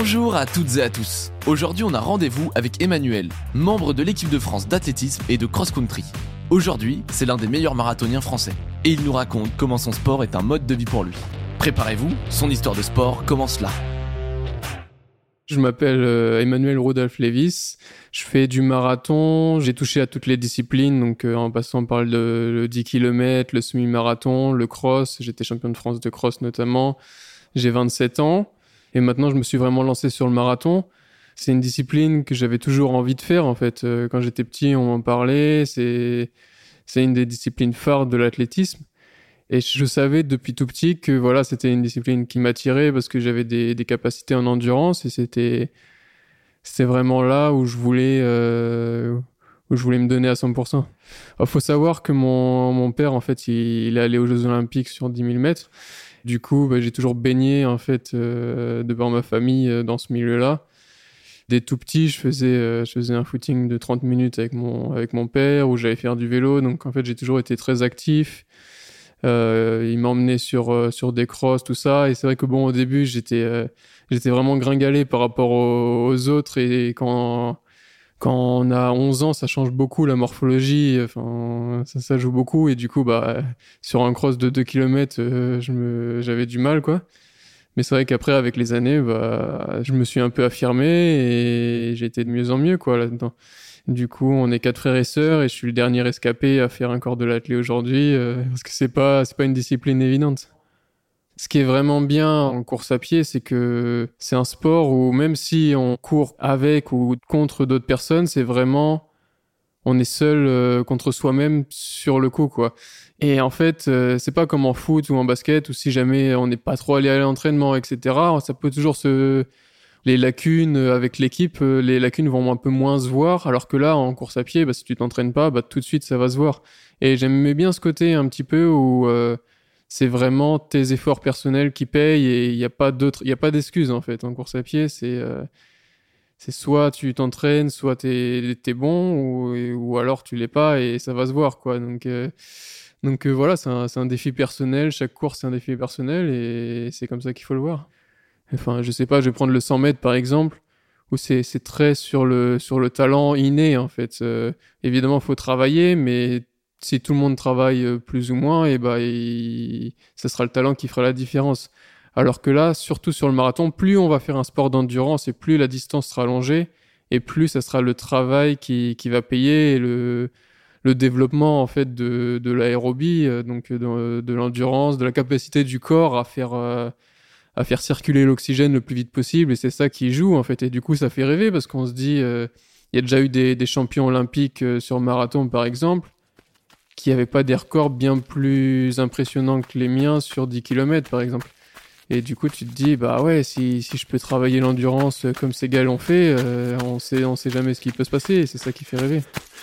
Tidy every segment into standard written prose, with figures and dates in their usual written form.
Bonjour à toutes et à tous. Aujourd'hui, on a rendez-vous avec Emmanuel, membre de l'équipe de France d'athlétisme et de cross-country. Aujourd'hui, c'est l'un des meilleurs marathoniens français. Et il nous raconte comment son sport est un mode de vie pour lui. Préparez-vous, son histoire de sport commence là. Je m'appelle Emmanuel Rodolphe Lévis, je fais du marathon, j'ai touché à toutes les disciplines, donc en passant par le 10 km, le semi-marathon, le cross, j'étais champion de France de cross notamment, j'ai 27 ans et maintenant je me suis vraiment lancé sur le marathon. C'est une discipline que j'avais toujours envie de faire en fait, quand j'étais petit on m'en parlait, c'est une des disciplines phares de l'athlétisme. Et je savais depuis tout petit que voilà, c'était une discipline qui m'attirait parce que j'avais des capacités en endurance et c'était vraiment là où je voulais me donner à 100%. Alors, faut savoir que mon père, en fait, il est allé aux Jeux Olympiques sur 10 000 mètres. Du coup, j'ai toujours baigné, en fait, de par ma famille dans ce milieu-là. Dès tout petit, je faisais un footing de 30 minutes avec mon père où j'allais faire du vélo. Donc, en fait, j'ai toujours été très actif. Il m'emmenait sur des crosses, tout ça. Et c'est vrai que au début, j'étais vraiment gringalé par rapport aux autres. Et quand on a 11 ans, ça change beaucoup la morphologie. Enfin, ça joue beaucoup. Et du coup, sur un cross de 2 km, j'avais du mal, quoi. Mais c'est vrai qu'après, avec les années, je me suis un peu affirmé et j'ai été de mieux en mieux, quoi, là-dedans. Du coup, on est 4 frères et sœurs et je suis le dernier rescapé à faire encore de l'athlé aujourd'hui parce que c'est pas une discipline évidente. Ce qui est vraiment bien en course à pied, c'est que c'est un sport où même si on court avec ou contre d'autres personnes, c'est vraiment on est seul contre soi-même sur le coup, quoi. Et en fait, c'est pas comme en foot ou en basket où si jamais on n'est pas trop allé à l'entraînement, etc., ça peut toujours les lacunes avec l'équipe, les lacunes vont un peu moins se voir, alors que là, en course à pied, si tu t'entraînes pas, tout de suite, ça va se voir. Et j'aimais bien ce côté un petit peu où c'est vraiment tes efforts personnels qui payent et il y a pas d'excuses, en fait. En course à pied, c'est soit tu t'entraînes, soit t'es bon, ou alors tu l'es pas et ça va se voir, quoi. Donc voilà, c'est un défi personnel, chaque course, c'est un défi personnel et c'est comme ça qu'il faut le voir. Enfin, je sais pas, je vais prendre le 100 mètres par exemple, où c'est très sur le talent inné en fait. Évidemment, il faut travailler, mais si tout le monde travaille plus ou moins, ça sera le talent qui fera la différence. Alors que là, surtout sur le marathon, plus on va faire un sport d'endurance et plus la distance sera allongée, et plus ça sera le travail qui va payer et le développement en fait de l'aérobie, donc de l'endurance, de la capacité du corps à faire circuler l'oxygène le plus vite possible, et c'est ça qui joue en fait. Et du coup, ça fait rêver parce qu'on se dit, il y a déjà eu des champions olympiques sur marathon par exemple, qui n'avaient pas des records bien plus impressionnants que les miens sur 10 km par exemple. Et du coup, tu te dis, si je peux travailler l'endurance comme ces gars l'ont fait, on sait jamais ce qui peut se passer, et c'est ça qui fait rêver.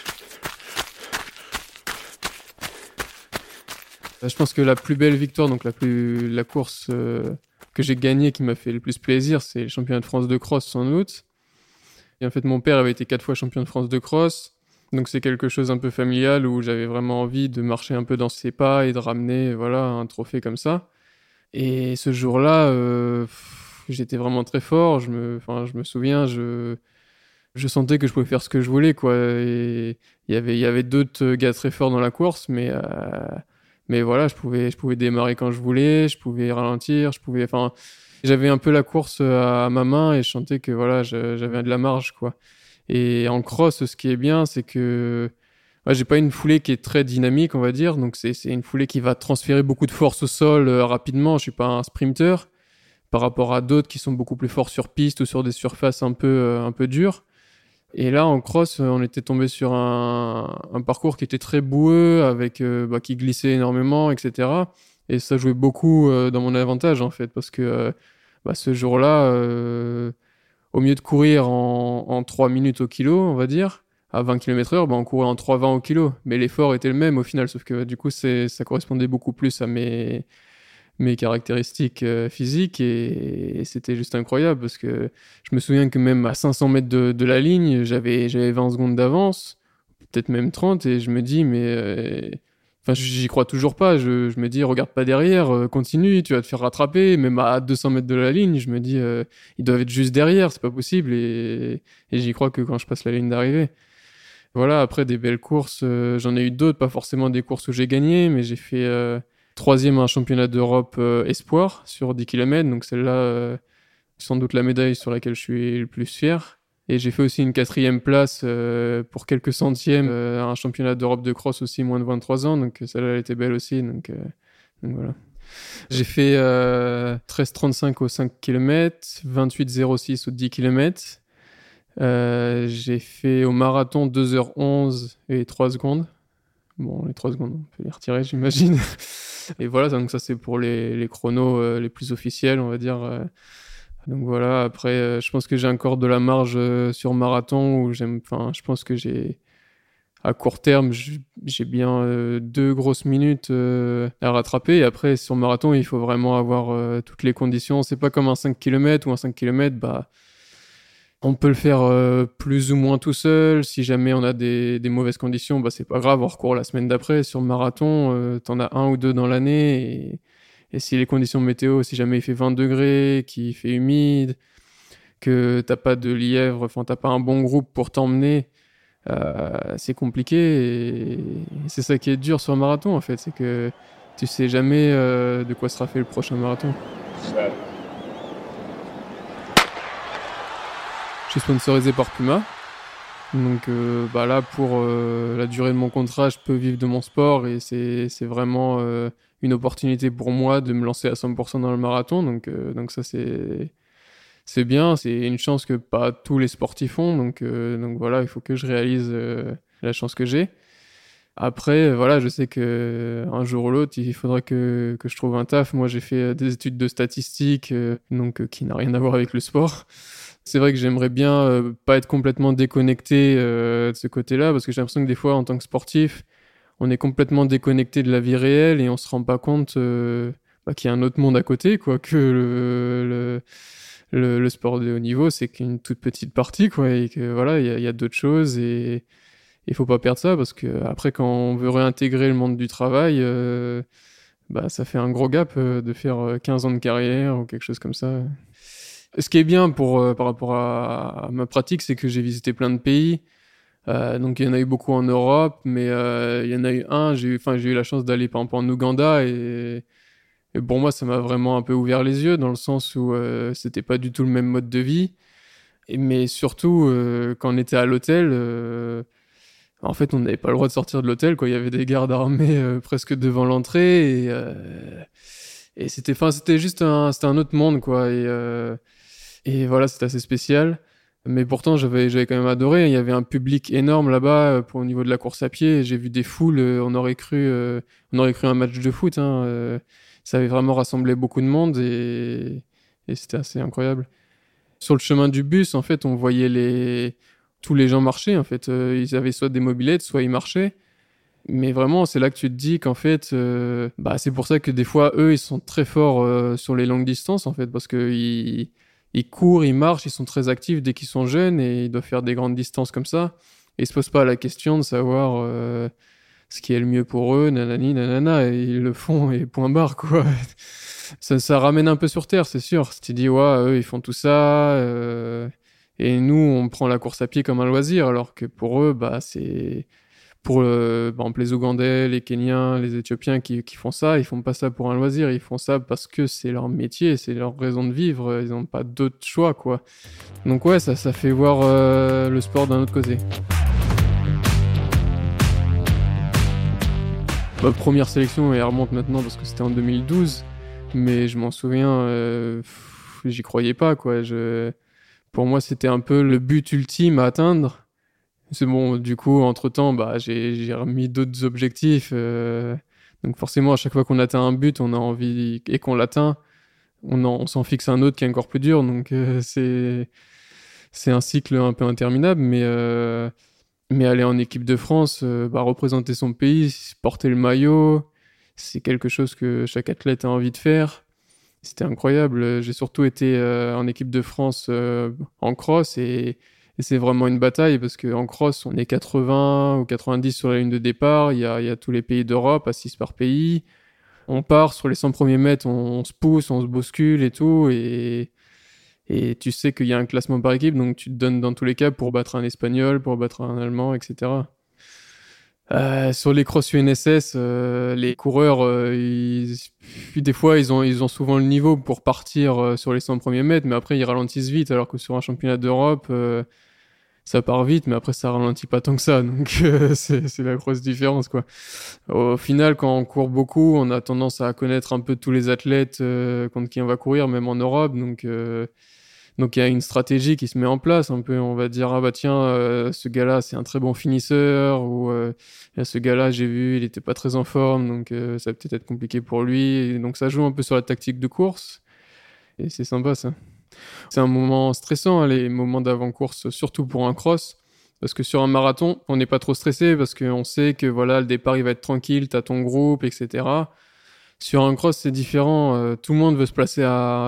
Je pense que la plus belle victoire, donc la course que j'ai gagnée qui m'a fait le plus plaisir, c'est le championnat de France de cross en août. Et en fait, mon père avait été 4 fois champion de France de cross, donc c'est quelque chose un peu familial où j'avais vraiment envie de marcher un peu dans ses pas et de ramener un trophée comme ça. Et ce jour-là, j'étais vraiment très fort. Je me souviens, je sentais que je pouvais faire ce que je voulais, quoi. Et il y avait d'autres gars très forts dans la course, mais voilà, je pouvais démarrer quand je voulais, je pouvais ralentir, j'avais un peu la course à ma main et je sentais que voilà, j'avais de la marge, quoi. Et en cross, ce qui est bien, c'est que j'ai pas une foulée qui est très dynamique, on va dire. Donc c'est une foulée qui va transférer beaucoup de force au sol rapidement. Je suis pas un sprinter par rapport à d'autres qui sont beaucoup plus forts sur piste ou sur des surfaces un peu dures. Et là, en cross, on était tombé sur un parcours qui était très boueux, avec qui glissait énormément, etc. Et ça jouait beaucoup dans mon avantage, en fait, parce que ce jour-là, au mieux de courir en 3 minutes au kilo, on va dire, à 20 km/h, on courait en 3,20 au kilo. Mais l'effort était le même au final, sauf que du coup, ça correspondait beaucoup plus à mes caractéristiques physiques et c'était juste incroyable parce que je me souviens que même à 500 mètres de la ligne, j'avais 20 secondes d'avance, peut-être même 30, et je me dis, mais Enfin, j'y crois toujours pas. Je me dis, regarde pas derrière, continue, tu vas te faire rattraper. Même à 200 mètres de la ligne, je me dis, ils doivent être juste derrière, c'est pas possible. Et j'y crois que quand je passe la ligne d'arrivée. Voilà, après des belles courses, j'en ai eu d'autres, pas forcément des courses où j'ai gagné, mais j'ai fait troisième à un championnat d'Europe espoir sur 10 km. Donc celle-là, sans doute la médaille sur laquelle je suis le plus fier. Et j'ai fait aussi une 4e place pour quelques centièmes à un championnat d'Europe de cross aussi, moins de 23 ans. Donc celle-là, elle était belle aussi. Donc voilà. J'ai fait 13,35 au 5 km, 28,06 au 10 km. J'ai fait au marathon 2h11 et 3 secondes. Bon, les 3 secondes, on peut les retirer, j'imagine. Et voilà, donc ça, c'est pour les chronos les plus officiels, on va dire. Donc voilà, après, je pense que j'ai encore de la marge sur marathon où je pense que à court terme, j'ai bien 2 grosses minutes à rattraper. Et après, sur marathon, il faut vraiment avoir toutes les conditions. C'est pas comme un 5 km ou un 5 km, bah, on peut le faire plus ou moins tout seul. Si jamais on a des mauvaises conditions, bah, c'est pas grave, on recourt la semaine d'après. Sur marathon, t'en as 1 ou 2 dans l'année. Et si les conditions météo, si jamais il fait 20 degrés, qu'il fait humide, que t'as pas de lièvre, enfin t'as pas un bon groupe pour t'emmener, c'est compliqué. Et c'est ça qui est dur sur le marathon en fait, c'est que tu sais jamais de quoi sera fait le prochain marathon. Je suis sponsorisé par Puma. Donc bah là, pour la durée de mon contrat, je peux vivre de mon sport et c'est vraiment une opportunité pour moi de me lancer à 100% dans le marathon. Donc ça, c'est bien. C'est une chance que pas tous les sportifs ont. Donc voilà, il faut que je réalise la chance que j'ai. Après, voilà, je sais que un jour ou l'autre, il faudra que je trouve un taf. Moi, j'ai fait des études de statistique, qui n'a rien à voir avec le sport. C'est vrai que j'aimerais bien pas être complètement déconnecté de ce côté-là, parce que j'ai l'impression que des fois, en tant que sportif, on est complètement déconnecté de la vie réelle et on se rend pas compte qu'il y a un autre monde à côté, quoi, que le sport de haut niveau, c'est qu'une toute petite partie, quoi, et que voilà, il y a d'autres choses et il faut pas perdre ça, parce que après, quand on veut réintégrer le monde du travail, ça fait un gros gap de faire 15 ans de carrière ou quelque chose comme ça. Ce qui est bien par rapport à ma pratique, c'est que j'ai visité plein de pays. Donc il y en a eu beaucoup en Europe, mais il y en a eu j'ai eu la chance d'aller par exemple en Ouganda et pour moi ça m'a vraiment un peu ouvert les yeux dans le sens où c'était pas du tout le même mode de vie. Mais surtout quand on était à l'hôtel, en fait on n'avait pas le droit de sortir de l'hôtel, quoi. Il y avait des gardes armés presque devant l'entrée et c'était juste c'était un autre monde, quoi. Et voilà, c'était assez spécial. Mais pourtant, j'avais quand même adoré. Il y avait un public énorme là-bas au niveau de la course à pied. J'ai vu des foules. On aurait cru un match de foot, hein. Ça avait vraiment rassemblé beaucoup de monde et c'était assez incroyable. Sur le chemin du bus, en fait, on voyait tous les gens marcher. En fait, ils avaient soit des mobylettes, soit ils marchaient. Mais vraiment, c'est là que tu te dis qu'en fait, c'est pour ça que des fois, eux, ils sont très forts sur les longues distances, en fait, parce que ils courent, ils marchent, ils sont très actifs dès qu'ils sont jeunes et ils doivent faire des grandes distances comme ça. Et ils se posent pas la question de savoir ce qui est le mieux pour eux, nanani, nanana, et ils le font et point barre, quoi. Ça ramène un peu sur terre, c'est sûr. Tu te dis, ouais, eux, ils font tout ça, et nous, on prend la course à pied comme un loisir, alors que pour eux, c'est... Pour par exemple les Ougandais, les Kenyans, les Éthiopiens qui font ça, ils font pas ça pour un loisir, ils font ça parce que c'est leur métier, c'est leur raison de vivre, ils n'ont pas d'autre choix, quoi. Donc ouais, ça fait voir le sport d'un autre côté. Ma première sélection, elle remonte maintenant parce que c'était en 2012, mais je m'en souviens, j'y croyais pas, quoi. Pour moi, c'était un peu le but ultime à atteindre. C'est bon, du coup, entre-temps, j'ai remis d'autres objectifs. Donc forcément, à chaque fois qu'on atteint un but, on a envie, et qu'on l'atteint, on s'en fixe un autre qui est encore plus dur. Donc c'est un cycle un peu interminable. Mais aller en équipe de France, représenter son pays, porter le maillot, c'est quelque chose que chaque athlète a envie de faire. C'était incroyable. J'ai surtout été en équipe de France en cross et Et c'est vraiment une bataille parce qu'en cross, on est 80 ou 90 sur la ligne de départ. Il y a tous les pays d'Europe, à 6 par pays. On part sur les 100 premiers mètres, on se pousse, on se bouscule et tout. Et tu sais qu'il y a un classement par équipe, donc tu te donnes dans tous les cas pour battre un Espagnol, pour battre un Allemand, etc. Sur les cross UNSS, les coureurs, des fois, ils ont souvent le niveau pour partir sur les 100 premiers mètres, mais après, ils ralentissent vite, alors que sur un championnat d'Europe, ça part vite, mais après, ça ralentit pas tant que ça. Donc, c'est la grosse différence, quoi. Au final, quand on court beaucoup, on a tendance à connaître un peu tous les athlètes contre qui on va courir, même en Europe. Donc il y a une stratégie qui se met en place un peu, on va dire ah bah tiens ce gars-là c'est un très bon finisseur ou ce gars-là j'ai vu il était pas très en forme donc ça va peut-être être compliqué pour lui et donc ça joue un peu sur la tactique de course et c'est sympa ça. C'est un moment stressant les moments d'avant-course surtout pour un cross parce que sur un marathon on n'est pas trop stressé parce qu'on sait que voilà le départ il va être tranquille, t'as ton groupe etc. Sur un cross, c'est différent. Tout le monde veut se placer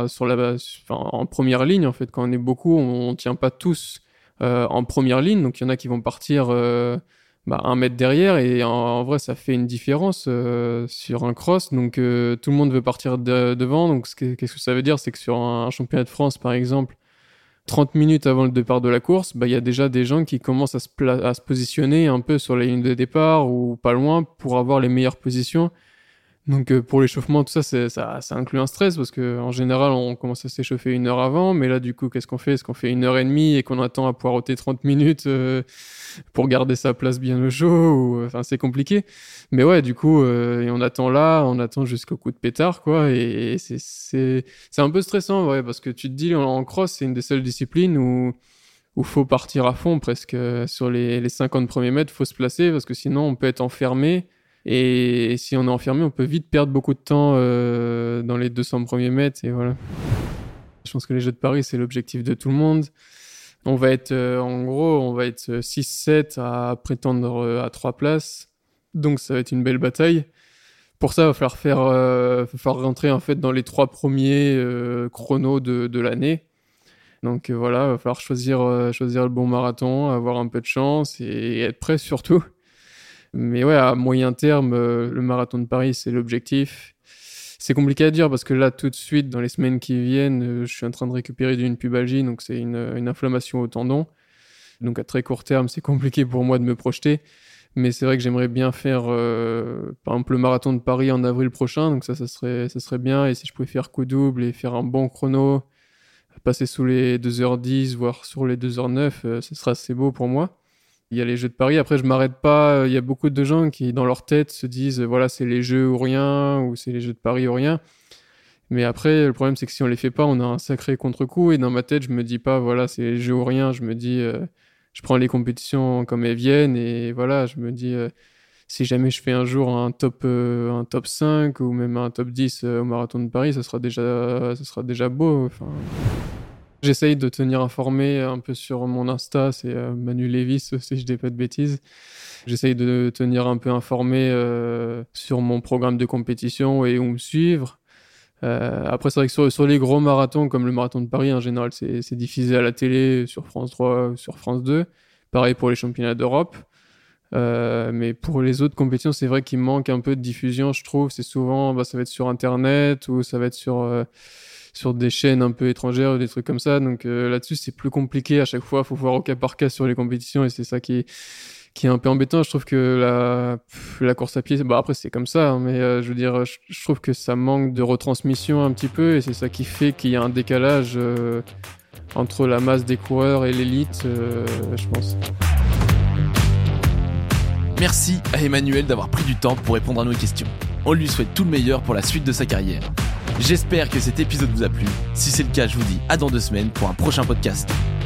en première ligne. En fait, quand on est beaucoup, on tient pas tous en première ligne. Donc, il y en a qui vont partir 1 mètre derrière. Et en vrai, ça fait une différence sur un cross. Donc, tout le monde veut partir devant. Donc, qu'est-ce que ça veut dire? C'est que sur un championnat de France, par exemple, 30 minutes avant le départ de la course, il y a déjà des gens qui commencent à se positionner un peu sur la ligne de départ ou pas loin pour avoir les meilleures positions. Donc pour l'échauffement, tout ça, ça inclut un stress parce qu'en général, on commence à s'échauffer 1 heure avant. Mais là, du coup, qu'est-ce qu'on fait? Est-ce qu'on fait 1h30 et qu'on attend à poireauter 30 minutes pour garder sa place bien au chaud Enfin, c'est compliqué. Mais ouais, du coup, et on attend jusqu'au coup de pétard, quoi. Et c'est un peu stressant, ouais, parce que tu te dis, en cross, c'est une des seules disciplines où faut partir à fond presque. Sur les 50 premiers mètres, faut se placer parce que sinon, on peut être enfermé. Et si on est enfermé, on peut vite perdre beaucoup de temps dans les 200 premiers mètres. Et voilà. Je pense que les Jeux de Paris, c'est l'objectif de tout le monde. On va être 6-7 à prétendre à 3 places. Donc ça va être une belle bataille. Pour ça, il va falloir rentrer en fait dans les 3 premiers chronos de l'année. Donc voilà, il va falloir choisir le bon marathon, avoir un peu de chance et être prêt surtout. Mais ouais, à moyen terme, le marathon de Paris, c'est l'objectif. C'est compliqué à dire parce que là, tout de suite, dans les semaines qui viennent, je suis en train de récupérer d'une pubalgie, donc c'est une inflammation au tendon. Donc à très court terme, c'est compliqué pour moi de me projeter. Mais c'est vrai que j'aimerais bien faire, par exemple, le marathon de Paris en avril prochain. Donc ça serait bien. Et si je pouvais faire coup double et faire un bon chrono, passer sous les 2h10, voire sur les 2h09, ce serait assez beau pour moi. Il y a les Jeux de Paris. Après, je m'arrête pas. Il y a beaucoup de gens qui, dans leur tête, se disent voilà, c'est les Jeux ou rien, ou c'est les Jeux de Paris ou rien. Mais après, le problème, c'est que si on les fait pas, on a un sacré contre-coup. Et dans ma tête, je me dis pas voilà, c'est les Jeux ou rien. Je me dis, je prends les compétitions comme elles viennent. Et voilà, je me dis, si jamais je fais un jour un top 5 ou même un top 10 au marathon de Paris, ça sera déjà beau. Enfin. J'essaye de tenir informé un peu sur mon Insta, c'est Manu Lévis, si je dis pas de bêtises. J'essaye de tenir un peu informé sur mon programme de compétition et où me suivre. Après, c'est vrai que sur les gros marathons, comme le marathon de Paris, en général, c'est diffusé à la télé, sur France 3, sur France 2. Pareil pour les championnats d'Europe. Mais pour les autres compétitions, c'est vrai qu'il manque un peu de diffusion, je trouve. C'est souvent, ça va être sur Internet ou ça va être sur des chaînes un peu étrangères ou des trucs comme ça. Donc là-dessus, c'est plus compliqué. À chaque fois, il faut voir au cas par cas sur les compétitions et c'est ça qui est un peu embêtant. Je trouve que la course à pied, après, c'est comme ça, hein, mais je veux dire, je trouve que ça manque de retransmission un petit peu et c'est ça qui fait qu'il y a un décalage entre la masse des coureurs et l'élite, je pense. Merci à Emmanuel d'avoir pris du temps pour répondre à nos questions. On lui souhaite tout le meilleur pour la suite de sa carrière. J'espère que cet épisode vous a plu. Si c'est le cas, je vous dis à dans 2 semaines pour un prochain podcast.